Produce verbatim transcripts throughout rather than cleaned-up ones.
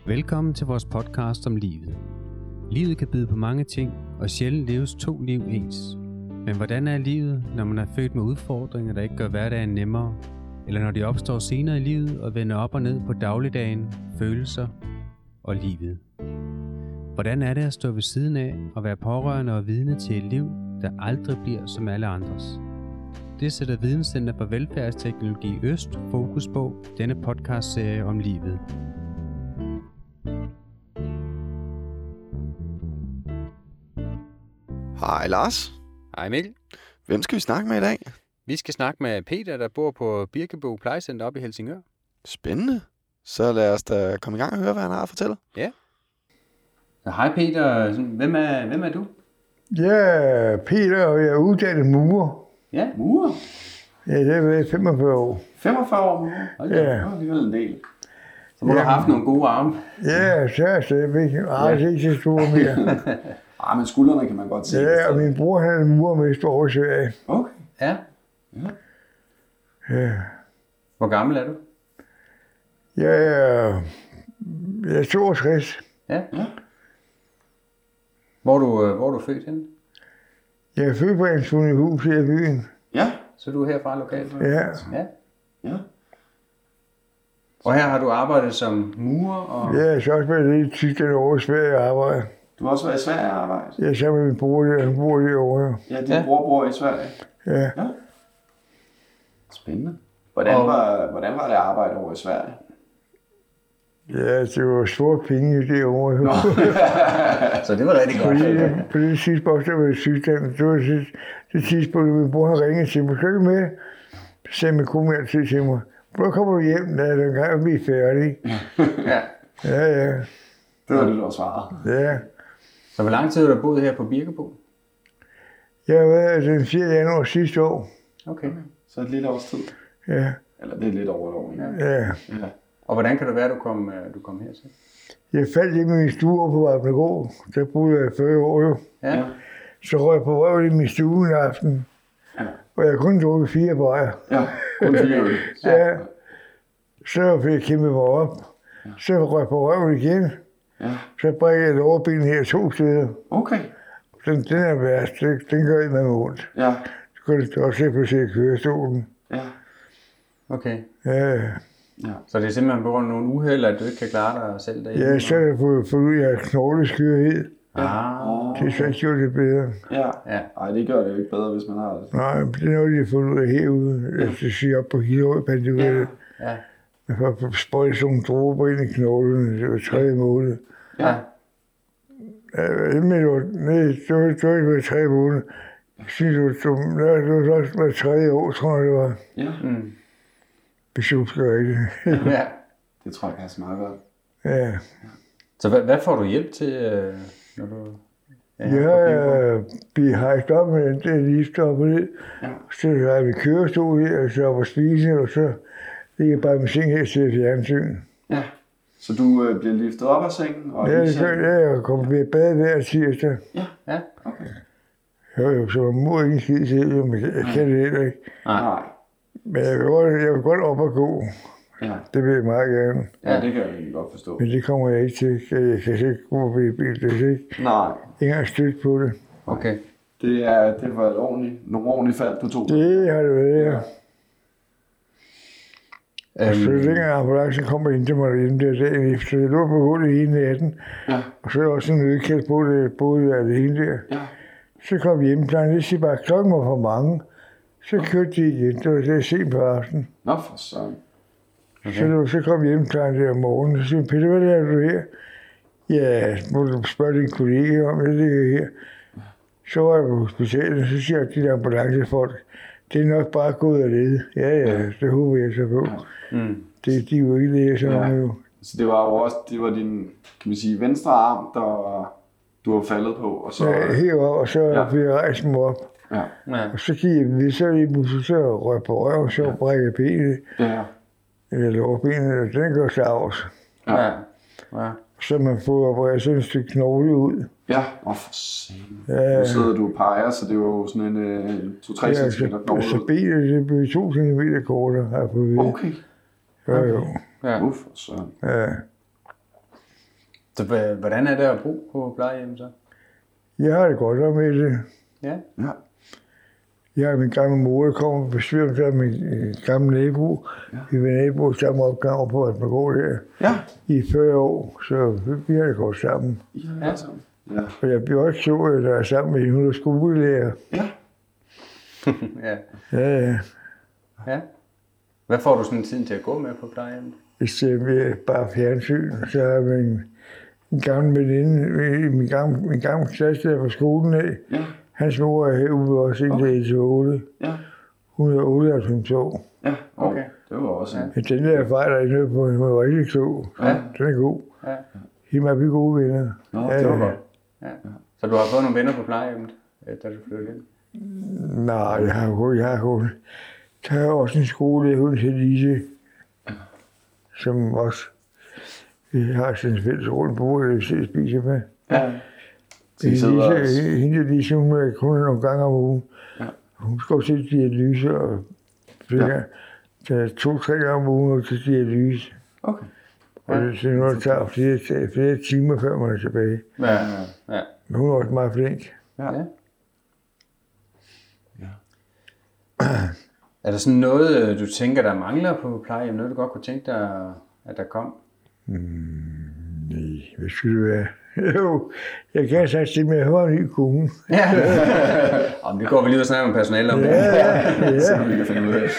Velkommen til vores podcast om livet. Livet kan byde på mange ting, og sjældent leves to liv ens. Men hvordan er livet, når man er født med udfordringer, der ikke gør hverdagen nemmere? Eller når de opstår senere i livet og vender op og ned på dagligdagen, følelser og livet? Hvordan er det at stå ved siden af og være pårørende og vidne til et liv, der aldrig bliver som alle andres? Det sætter Videnscenter for Velfærdsteknologi Øst fokus på denne podcastserie om livet. Hej Lars. Hej Mikkel. Hvem skal vi snakke med i dag? Vi skal snakke med Peter, der bor på Birkebo Plejecenter oppe i Helsingør. Spændende. Så lad os da komme i gang og høre, hvad han har at fortælle. Ja. Så hej Peter. Hvem er, hvem er du? Ja, Peter, og jeg er uddannet murer. Ja, murer. Ja, det har været femogfyrre år. femogfyrre år murer? Hold da, Ja. det var alligevel en del. Så må Ja. du have haft nogle gode arme. Ja, så er jeg stadigvæk. Ej, det er ikke så store mere. Ah, men skuldrene kan man godt se. Ja, og min bror, han er murermester over i Sverige. Okay. Ja. Ja. Hvor gammel er du? Jeg er, jeg er toogtres. Ja. Ja. Hvor er du, øh, hvor er du født henne? Jeg er født på en hus her i byen. Ja. Så du er herfra lokalt? Ja. Ja. Ja. Og her har du arbejdet som murer og... Jeg har så også været lidt i Tyskland over i Sverige og arbejde. Du har også været i Sverige at arbejde. Jeg er sammen med min bror der, han bor derovre. Ja, din Ja. bror bor i Sverige. Ja. Ja. Spændende. Hvordan, Og- var, hvordan var det at arbejde over i Sverige? Ja, det var store penge derovre. Nå. Så det var rigtig godt. Fordi på det tidspunkt, der var i Tyskland, det var det, det tidspunkt, min bror har ringet til mig. Skal du med? Så sagde min kone altid til mig. Hvor kommer du hjem, da den gang vi er færdige? Ja. Ja, ja, Det var det, du var svaret. ja. Så hvor lang tid har du boet her på Birkebo? Jeg har været den fjerde januar sidste år. Okay. Så et lille års tid. Ja, Eller det er lidt over et år. Ja. ja. Ja. Og hvordan kan det være, at du kom, øh, du kom hertil? Jeg faldt hjemme i min stue over på Vapnegård. Der boede jeg fyrre år jo. Ja. Ja. Så røg jeg på røven i min stue en aften. Ja. Og jeg kun drukket fire bajer. Ja. Kun fire øl. Ja. Så fik jeg kæmpet mig op. Så røg jeg på røven igen. Ja. Så brækker jeg lårbenet her to steder. Okay. Den, den er værst. Den, den gør ikke mig ondt. Ja. Så kan du også se på at se kørestolen. Ja. Okay. Ja, Ja. Så det er simpelthen på grund af nogle uheld, at du ikke kan klare dig selv derhjemme? ja, så har jeg fået fået ud, at jeg har knogleskørhed. Ah. Det er så ikke gjort det bedre. Ja. Ja. Ej, det gør det jo ikke bedre, hvis man har det. Nej, men det er noget, de har fundet ud af herude. Jeg skal sige op på Hillerød, fandt de ud af det. Ja. Jeg har sprøjtet sådan nogle dråber ind i knoglerne. Det var tredje måned. Ja. Ja, inden det var, nej, det var, det var ikke været tredje måned. Jeg synes, det var, det var, det var også været tredje år, tror jeg, det var. Ja. Mm. Hvis jeg husker rigtigt. Ja. Det tror jeg passer meget godt. Ja. Så hvad, hvad får du hjælp til, øh, når du... Ja, jeg bliver hejst op med den der lift op og ned. Ja. Så har vi kørestol her, og så op og spise, og så ligger jeg bare i min seng her til fjernsyn. Ja. Så du øh, bliver liftet op af sengen? Og Ja, i så sengen? ja, jeg kommer ved at bade hver tirsdag. Ja. Ja. Okay. Jo, jo, så må ikke skide til, jo, men jeg kan det heller ikke. Nej. Men jeg vil godt, jeg vil godt op og gå. Ja. Det vil jeg meget gerne. Ja, det kan jeg egentlig godt forstå. Men det kommer jeg ikke til. Jeg kan ikke gå på i bil, det er ikke Nej. ikke engang stødt på det. Okay. Det er det var et ordentligt, nogle ordentlige fald på to. Det har det været, ja. Og så Øhm, dengang ambulancen kom og hentede mig derhjemme der dagen efter, så jeg lå på gulvet hele natten. Ja. Og så er der også en nødkæld på det, både alene der. Ja. Så kom hjemmeplejen, det siger bare, at klokken var for mange. Så kørte de igen, det var det sent på aftenen. Nå for søren. Okay. Så, det var- så kom hjemmeplejen der om morgenen, så siger han, Peter, hvad laver du her? Ja, må du spørge din kollega om, jeg ligger her. Så var jeg på hospitalet, så siger jeg, de der ambulancefolk, det er nok bare gået af led. Ja, ja, det håber jeg så på. mm. Det, de er jo ikke læger, så Ja. jo. Så det var jo også, det var din, kan man sige, venstre arm, der var, du var faldet på, og så... Ja, herover, og så Ja. ja. fik jeg rejst mig op. Ja. Ja. Og så gik jeg ved, så i bussen, så røg på røven, så brækker jeg benet, Ja. eller lårbenet, og den går så afs. Ja. Ja. Ja. Så man får opereret sådan et stykke knogle ud. Ja. Åh, for satan. Ja, Nu sidder du og peger, så det var jo sådan en øh, to-tre ja, centimeter så, knogle. så benet det blev to centimeter kortere her på ved. Okay. Jo, jo. Ja. Uff, for søren. Ja. Så hvordan er det at bo på plejehjem så? Jeg har det godt med det. Ja. Ja. Jeg har min gamle mor, der kommer og besøger sig min gamle nabo. Ja. Vi var naboer samme opgang over på Vatmangård her. Ja. I fyrre år, så vi har det godt sammen. Ja, sammen. Ja. Og jeg bliver også så, at der er sammen med en skolelærer. Ja. ja. Ja, ja. Ja. Hvad får du sådan tiden til at gå med på plejehjemmet? Hvis det er bare fjernsyn, så har vi en, en gammel veninde, min gamle, min gamle klasse der fra skolen af. Ja. Hans mor er herude også indtil til otte. Ja. Hun er otteoghalvfems år. Ja, okay. Det var også en... Men den der fejl, der er nede på, hun var rigtig klog. Ja. Den er god. Ja. Hende er vi gode venner. Nå, ja, det var ja. godt. Ja. Så du har fået nogle venner på plejehjemmet, da du flyttede ind? Nej, jeg har jo jeg har jo der er også en skole, hun til Lise, som også vi har sådan en fælles rundt på, hvor vi sidder og spiser med. Ja. Så I sidder også... Lise, hende Lise, hun er kun nogle gange om ugen. Ja. Hun skal også til dialyse, og ja. Der er to-tre gange om ugen til dialyse. Okay. Og det er noget, der tager flere, flere timer, før man er tilbage. Ja, ja, ja. Men hun er også meget flink. Ja. ja. Er der sådan noget, du tænker, der mangler på plejehjem? Noget, du godt kunne tænke dig, at der kom? Mm, nej, hvad skulle det være? Jo, jeg kan sagt til mig, at jeg har en ny kone. Ja. Om det går vi lige og snakker med personale om det. Ja, ja. Så vi kan finde ud af.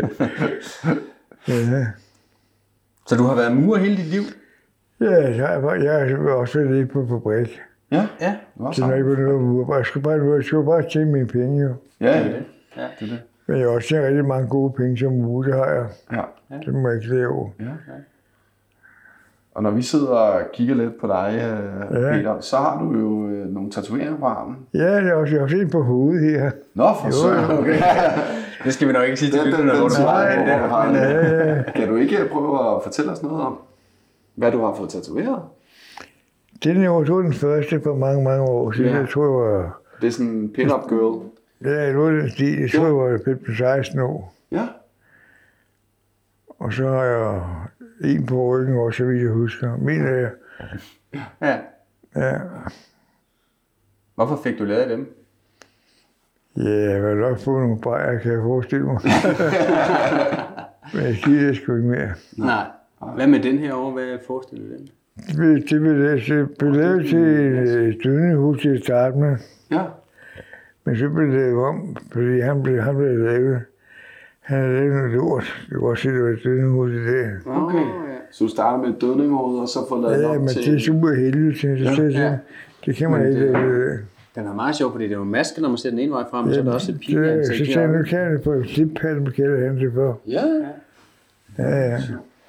Ja. Så du har været murer hele dit liv? Ja, jeg har, jeg har også været lidt på fabrik. Ja, Ja. Så når jeg var noget murer, jeg skulle bare, jeg skulle bare tjene mine penge, jo. Ja, Det er det. Ja. det er det. Men jeg har også tjent rigtig mange gode penge som murer, det har jeg. Ja. Det må jeg ikke lave. Ja. Og når vi sidder og kigger lidt på dig, Ja. Peter, så har du jo øh, nogle tatoveringer på armen. Ja, jeg har også, jeg har også en på hovedet her. Nå, for søren. Okay. Det skal vi nok ikke sige til Den, den, lytterne, hvor den, du svarer har jeg på, hvor du har Ja, den. Kan du ikke prøve at fortælle os noget om, hvad du har fået tatoveret? Den her var den første for mange, mange år siden. Ja. Jeg tror, jeg var... Det er sådan en pin-up girl. Ja, jeg var den stil. Jeg tror, jeg var femten seksten år. Ja. Og så har jeg en på ryggen også, så vidt jeg husker. Mener jeg. Ja. Ja. Hvorfor fik du lavet dem? Ja, jeg har nok fået nogle bajer, kan jeg forestille mig. Men jeg siger det sgu ikke mere. Nej. Hvad med den her over? Hvad forestiller du den? Det blev, det blev, det blev lavet til et døgnehus til at starte med. Ja. Men så blev det lavet om, fordi han blev, han blev lavet. Han havde lavet noget lort. Det var også det, der var et døgnehus i dag. Okay. Ja. Så du starter med et dødninghoved, og så får lavet Ja, op men til... det er super heldigt, synes jeg. Ja. Ja. Det kan man Men ikke. det- øh, Den er meget sjov, fordi det er jo en maske, når man ser den ene vej frem, og så er der også et det, pigeansigt så sagde jeg, nu heroppe. kan jeg få et klippal, man kalder han det for. Ja. Ja, ja.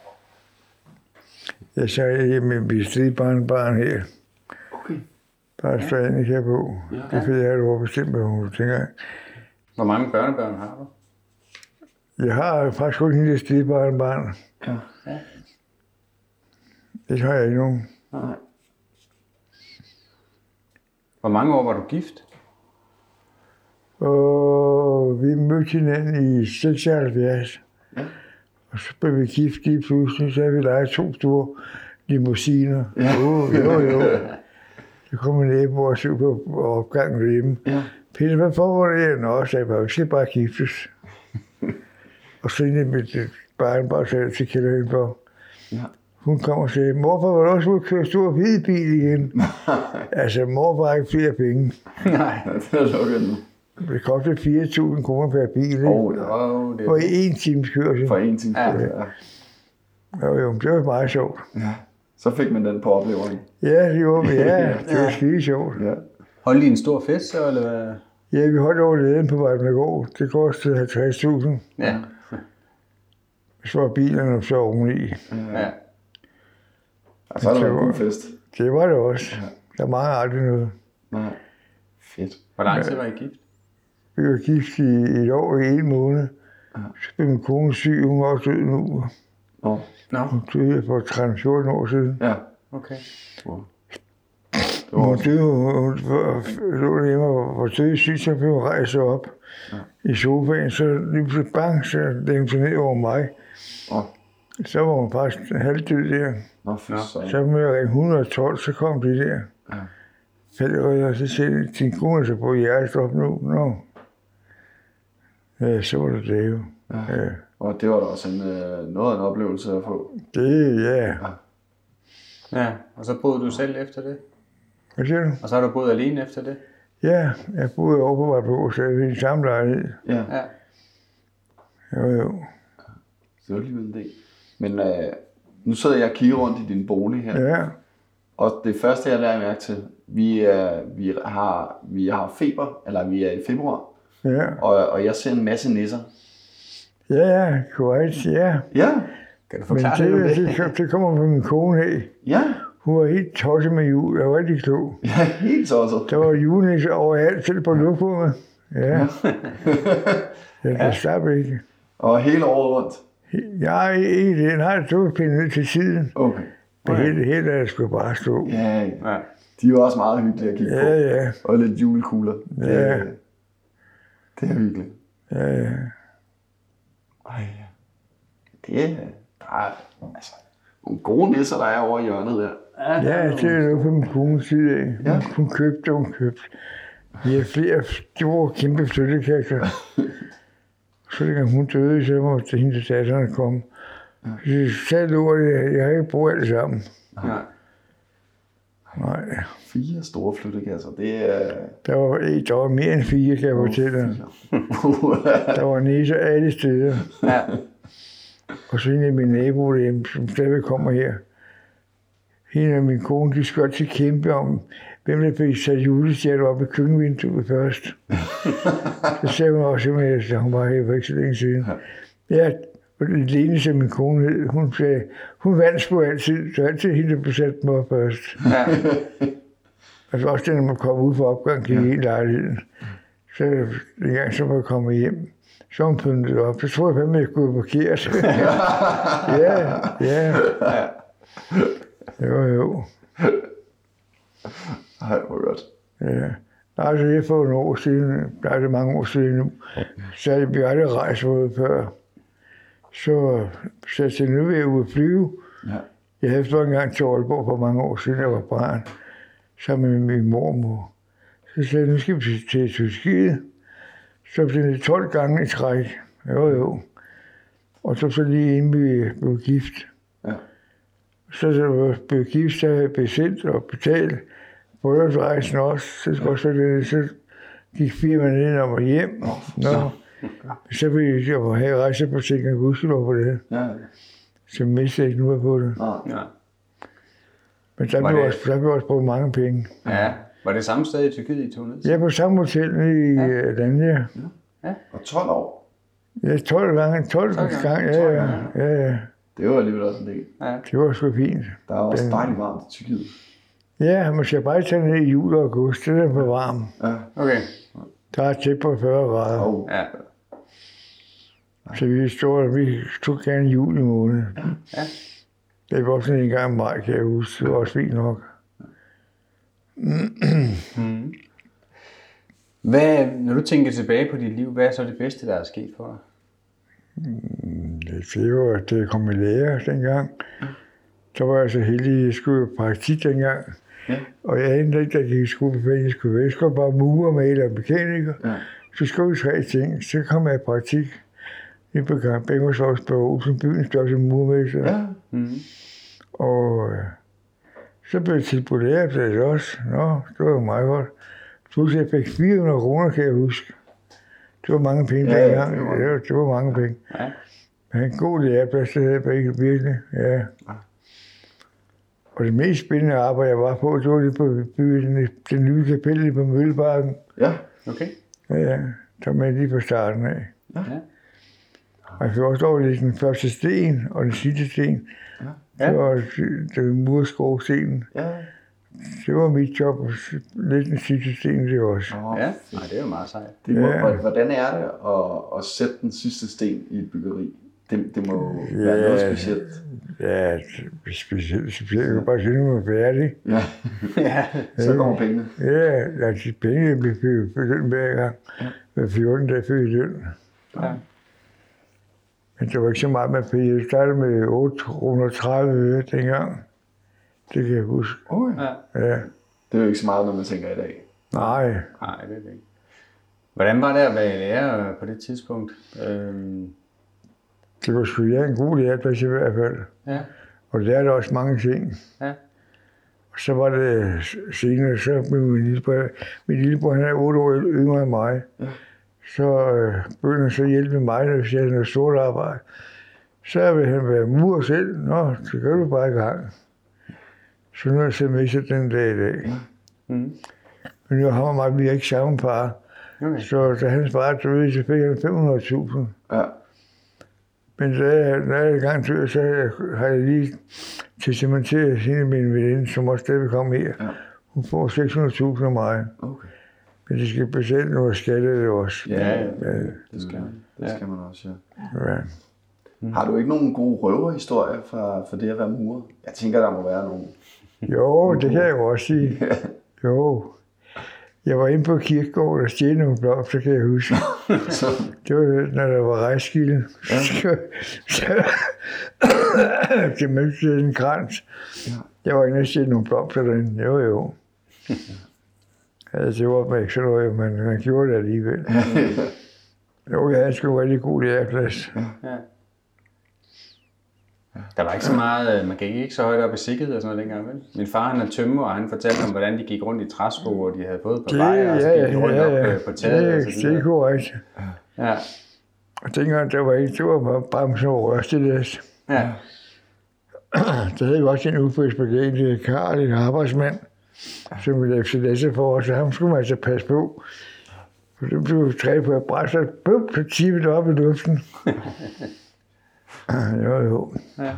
Jeg sagde, at jeg vil stride barn her. Okay. Bare så jeg ikke her på. Ja. Det fik jeg det var bestemt, hvad hun tænker. Hvor mange børnebørn har du? Jeg har faktisk kun en lille stride barn. Ja. Det har jeg ikke nogen. Nej. Hvor mange år var du gift? Og vi mødte hinanden i seksoghalvfjerds. Ja. Og så blev vi gift lige pludselig, så havde vi lejet to store limousiner. Ja. Oh, jo, jo. Så kom en nabo og så på opgangen derhjemme. Ja. Peter, hvad foregår der? Nå, sagde jeg bare, vi skal bare giftes. Og så ind mit barn bare sagde til Kjell for. Ja. Hun kom og sagde, morfar var du også ude at køre stor hvid bil igen. Altså, mor var ikke flere penge. Nej. Det er lukket nu. Det kostede fire tusind kroner per bil, ikke? Åh, ja. Oh, det For er... en times kørsel. For en time. Ja. Ja. Jo, jo, det var meget sjovt. Ja. Så fik man den på opleveren. Ja, det gjorde vi, ja. Det var skide sjovt. Ja. Holdt I en stor fest så, eller hvad? Ja, vi holdt over leden på Vatmangård. Det kostede halvtreds tusind. Ja. Så var bilerne så oveni. Ja. Og så er der en god fest. Det var det også. Der mangler aldrig noget. Nej. Fedt. Hvor lang tid var I gift? Vi var gift i et år i en måned. Så blev min kone syg. Hun var også død nu. Nå. Nå. Hun døde for tretten fjorten år siden. Ja. Okay. Wow. Hun døde, hun, hun lå derhjemme og var død syg, så blev hun rejst sig op Ja. i sofaen. Så lige pludselig bang, så lagde hun sig ned over mig. Åh. Så var hun faktisk halvdød der. Nå, for så. Så må jeg ringe et hundrede og tolv, så kom de der. Ja. Fælderød, og så siger de, din kone så på hjertestop nu. Nå. Ja, så var det det jo. Ja. Ja. Og det var da også en, øh, noget af en oplevelse at få. Det, ja. Ja. Ja, og så boede du selv efter det? Hvad siger du? Og så har du boet alene efter det? Ja, jeg boede over på Vejlbo, så jeg var i samme lejlighed. Ja. Ja. Jo, jo. Det var alligevel en del. Men øh, nu sidder jeg og kigger rundt i din bolig her. Ja, Og det første, jeg lærer mærke til, vi, er, vi, har, vi har feber, eller vi er i februar, ja. og, og jeg ser en masse nisser. Ja, ja, korrekt, ja. Ja, Kan du Men forklare det, det, det? det, det kommer fra min kone af. ja, Hun var helt tosset med jul. Jeg var rigtig klog. ja, helt tosset. Der var julenisse overalt, selv på luftbommet. Ja. Ja, det slap ikke. Og hele året rundt. Jeg er ikke det. Nej, det var pindet ned til siden. Okay. Det hele, hele der skulle bare stå. Ja, Ja. de er jo også meget hyggelige at kigge Ja, på. ja. Og lidt julekugler. Det, Ja. det er hyggeligt. Ja, ja. Ej, det er, der er altså, nogle gode nisser, der er over i hjørnet der. Ja, det er noget på min kones side af. Ja. Hun købte, hun købte. Vi har flere store, kæmpe flyttekasser. Så dengang hun døde, så måtte hendes datterne komme. Så sagde lortet, jeg har ikke brugt alt sammen. Ja. Nej, Fire store flyttekasser, det er... der var, eh, der var mere end fire, kan jeg fortælle dig. Der var nisser alle steder. Ja. Og så en af mine naboer derhjemme, som stadigvæk kommer her. Hende og min kone, de skal altid kæmpe om, hvem der fik sat julestjerner op i køkkenvinduet først. Så sagde hun også, at hun var her for ikke så længe siden. Ja, og Lene, som min kone hed, hun sagde, hun vandt sgu altid, så altid hende, der blev sat dem op først. Ja. Altså også da man kom ud for opgang i hele lejligheden. Så en gang, så var jeg kommet hjem, så hun pyntet op. Så tror jeg fandme, at jeg skulle parkeret. Ja, ja. Jo, jo. Ej, hvor godt. Ja. Altså, jeg for nogle år siden, der er det mange år siden nu, så havde vi aldrig rejst ud før. Så satte jeg nu ved at ud at flyve. Ja. Jeg havde flået en gang til Aalborg for mange år siden, jeg var barn, sammen med min mormor. Så sagde jeg, nu skal vi til Tyrkiet. Så blev det tolv gange i træk. Jo, jo. Og så så lige inden vi blev gift. Ja. Så da vi blev gift, så havde jeg bestilt og betalt bryllupsrejsen også. Så, skulle også det, så gik firmaet ned og var hjem. Nå. Så ville jeg have rejseforsikring, gudskelov på det. Ja. Så mistede jeg ikke noget på det. Nå. Ja. Men der Var blev, det- også, der blev også brugt mange penge. Ja. Var det samme sted i Tyrkiet, I tog ned? Jeg er på samme hotel i Ja. ja. Danja. Og tolv år, Ja, tolv gange. tolv tolv gange. gange, ja, ja, ja, ja. det var alligevel også en del. Ja. Det var sgu fint. Der er også Den- dejligt varmt i Tyrkiet. Ja, man skal bare tage ned i jul og august. Det er for varmt. Ja. Okay. Der er tæt på fyrre grader. Og Ja. Så vi stod, vi tog gerne juli måned. Ja. Det var sådan en gang i maj, kan jeg huske. Det var også fint nok. Mm. Hvad, når du tænker tilbage på dit liv, hvad er så det bedste, der er sket for dig? Det det var, at jeg kom i lære dengang. Så var jeg så heldig, at jeg skulle i praktik dengang. Ja. Og jeg endte ikke, at jeg gik i skole, hvad jeg skulle være. Jeg skulle bare murer, maler og mekaniker. ja. Så skulle jeg tre ting. Så kom jeg i praktik. Jeg blev gang Bækkerslovs på Olsen, byens største murmester. Ja. Mm. Og øh, så blev jeg tilbudt læreplads også. Nå, det var jo meget godt. Så jeg fik fire hundrede kroner, kan jeg huske. Det var mange penge Ja, ja, dengang. det var- Det var, det var mange penge. Ja. Men en god læreplads, det havde jeg begge virkelig. Ja. Og det mest spændende arbejde, jeg var på, det var lige på byen, den nye kapel på Mølleparken. Ja. Okay. Ja, ja. Der var jeg lige fra starten af. Ja. Og jeg fik også lov at læse den første sten og den sidste sten. Ja. Det var, det var murskovstenen. Ja. Det var mit job at læse den sidste sten, det også. Nå, Ja. Nej, det er jo meget sejt. Det må, Ja. Hvordan er det at, at sætte den sidste sten i et byggeri? Det, det må jo være Ja. noget specielt. Ja, specielt. specielt. Jeg kan bare sige, at jeg var færdig. Ja. Ja. Så kommer pengene. Ja, altså pengene blev belønt hver gang. Hver fjorten dage før i løn. Ja. Men det var ikke så meget med penge. Jeg startede med otte kroner og tredive øre dengang. Det kan jeg huske. Okay. Ja. Ja. Det er jo ikke så meget, når man tænker i dag. Nej. Nej, det er det ikke. Hvordan var det at være lærer på det tidspunkt? Øhm... Det var sgu ja, en god læreplads i hvert fald. Ja. Og det er der også mange ting. Ja. Og så var det senere, så blev min lillebror, min lillebror han er otte år yngre end mig. Ja. Så øh, begyndte han så at hjælpe mig, hvis jeg havde noget stort arbejde. Så ville han være mur selv. Nå, så gør du bare i gang. Så nu er jeg selv med sig den dag i dag. Mm. Men nu har mig, vi er ikke sammen far. Okay. Så da han sparede til ud, så fik han fem hundrede tusind. Ja. Men da jeg, når jeg er i gang til, så har jeg lige testamenteret hende min veninde, som også stadig kom her. Ja. Hun får seks hundrede tusind af mig. Okay. Men de skal betale noget skat af det også. Ja, ja. Ja. Det skal man. Det skal man også, ja. Ja. Mm. Har du ikke nogen gode røverhistorier for, for det at være murer? Jeg tænker, der må være nogen. Jo, det kan jeg jo også sige. Jo. Jeg var inde på kirkegården og stjælte nogle blomster, kan jeg huske. Det var, når der var rejskilde. Ja. Så, så til man stjælte en krans. Ja. Jeg var inde og stjælte nogle blomster derinde. Jo, jo. Altså, det var ikke så noget, men man gjorde det alligevel. Jo, jeg havde sgu en rigtig god læreplads. Ja. Der var ikke så meget, man gik ikke så højt op i sikkerhed og sådan noget dengang, vel? Min far, han er tømrer, og han fortalte om, hvordan de gik rundt i træsko, og de havde fået på veje, og så gik de rundt ja, op ja. på taget og så Det, videre. det er korrekt. Ja. Og dengang, der var ikke, det var bare bremsen over rørstillæs. Ja. Der havde vi også en ude på Esbjerg, Karl, en arbejdsmand, som ville efter læse for os, så ham skulle man altså passe på. For det blev træet på et bræt, så bum, så tippede det op i luften. Jo, jo. Ja.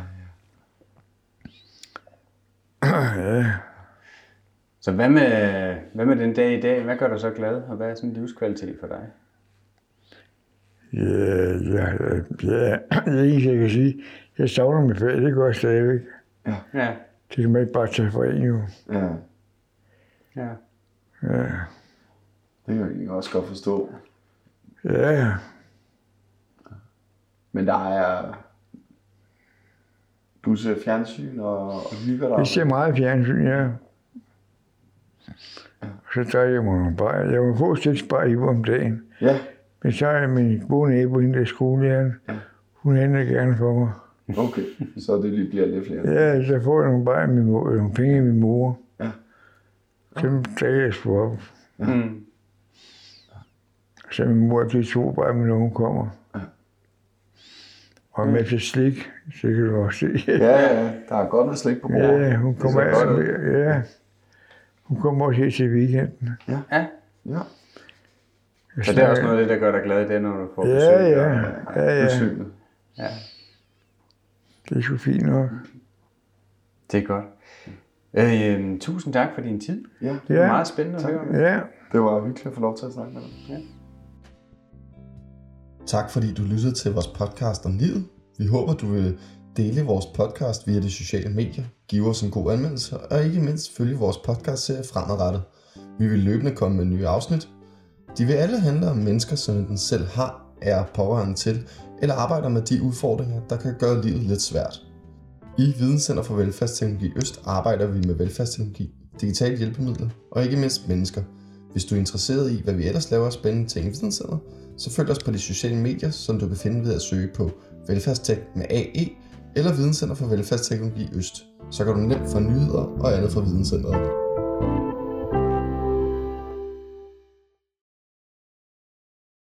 Ja. Så hvad med, hvad med den dag i dag? Hvad gør dig så glad, og hvad er sådan en livskvalitet for dig? Ja, ja, ja. Det eneste, jeg kan sige, jeg savner min fag, det gør jeg stadigvæk. Ja. Ja. Det kan man ikke bare tage fra en, jo. Ja. Ja. Ja. Det kan jeg også godt forstå. Ja. Men der er... Du ser fjernsyn og, og hygger dig. Jeg ser meget fjernsyn, ja. Så tager jeg mig nogle bajer. Jeg må få seks bajer om dagen. Ja. Men så er min gode nabo, hende der skolelæreren, Ja. hun handler gerne for mig. Okay, så det lige bliver lidt flere. Ja, så får jeg nogle bajer med mor, nogle penge af min mor. Ja. Så tager jeg sgu op. Mm. Så min mor giver to bajer, når hun kommer. Ja. Og med til slik, så kan du også se. Ja, ja, der er godt med slik på bordet. Ja, hun kommer, Det ser godt ud. ja, hun kommer også her til weekenden. Ja. Ja. Så det er også noget af det, der gør dig glad, det er, når du får besøg. Ja, ja, og- ja, ja. Besøgende. Ja. Det er sgu fint nok. Det er godt. Øh, tusind tak for din tid. Ja, Det var Ja. meget spændende at høre om. Ja. det var hyggeligt at få lov til at snakke med dig. Tak fordi du lyttede til vores podcast om livet. Vi håber, du vil dele vores podcast via de sociale medier, give os en god anmeldelse og ikke mindst følge vores podcastserie fremadrettet. Vi vil løbende komme med nye afsnit. De vil alle handle om mennesker, som enten selv har, er pårørende til, eller arbejder med de udfordringer, der kan gøre livet lidt svært. I Videnscenter for Velfærdsteknologi Øst arbejder vi med velfærdsteknologi, digitale hjælpemidler og ikke mindst mennesker. Hvis du er interesseret i, hvad vi ellers laver af spændende ting i Videnscenter, så følg os på de sociale medier, som du kan finde ved at søge på Velfærdstek med A E eller Videnscenter for Velfærdsteknologi Øst. Så kan du nemt få nyheder og andet fra Videnscenteret.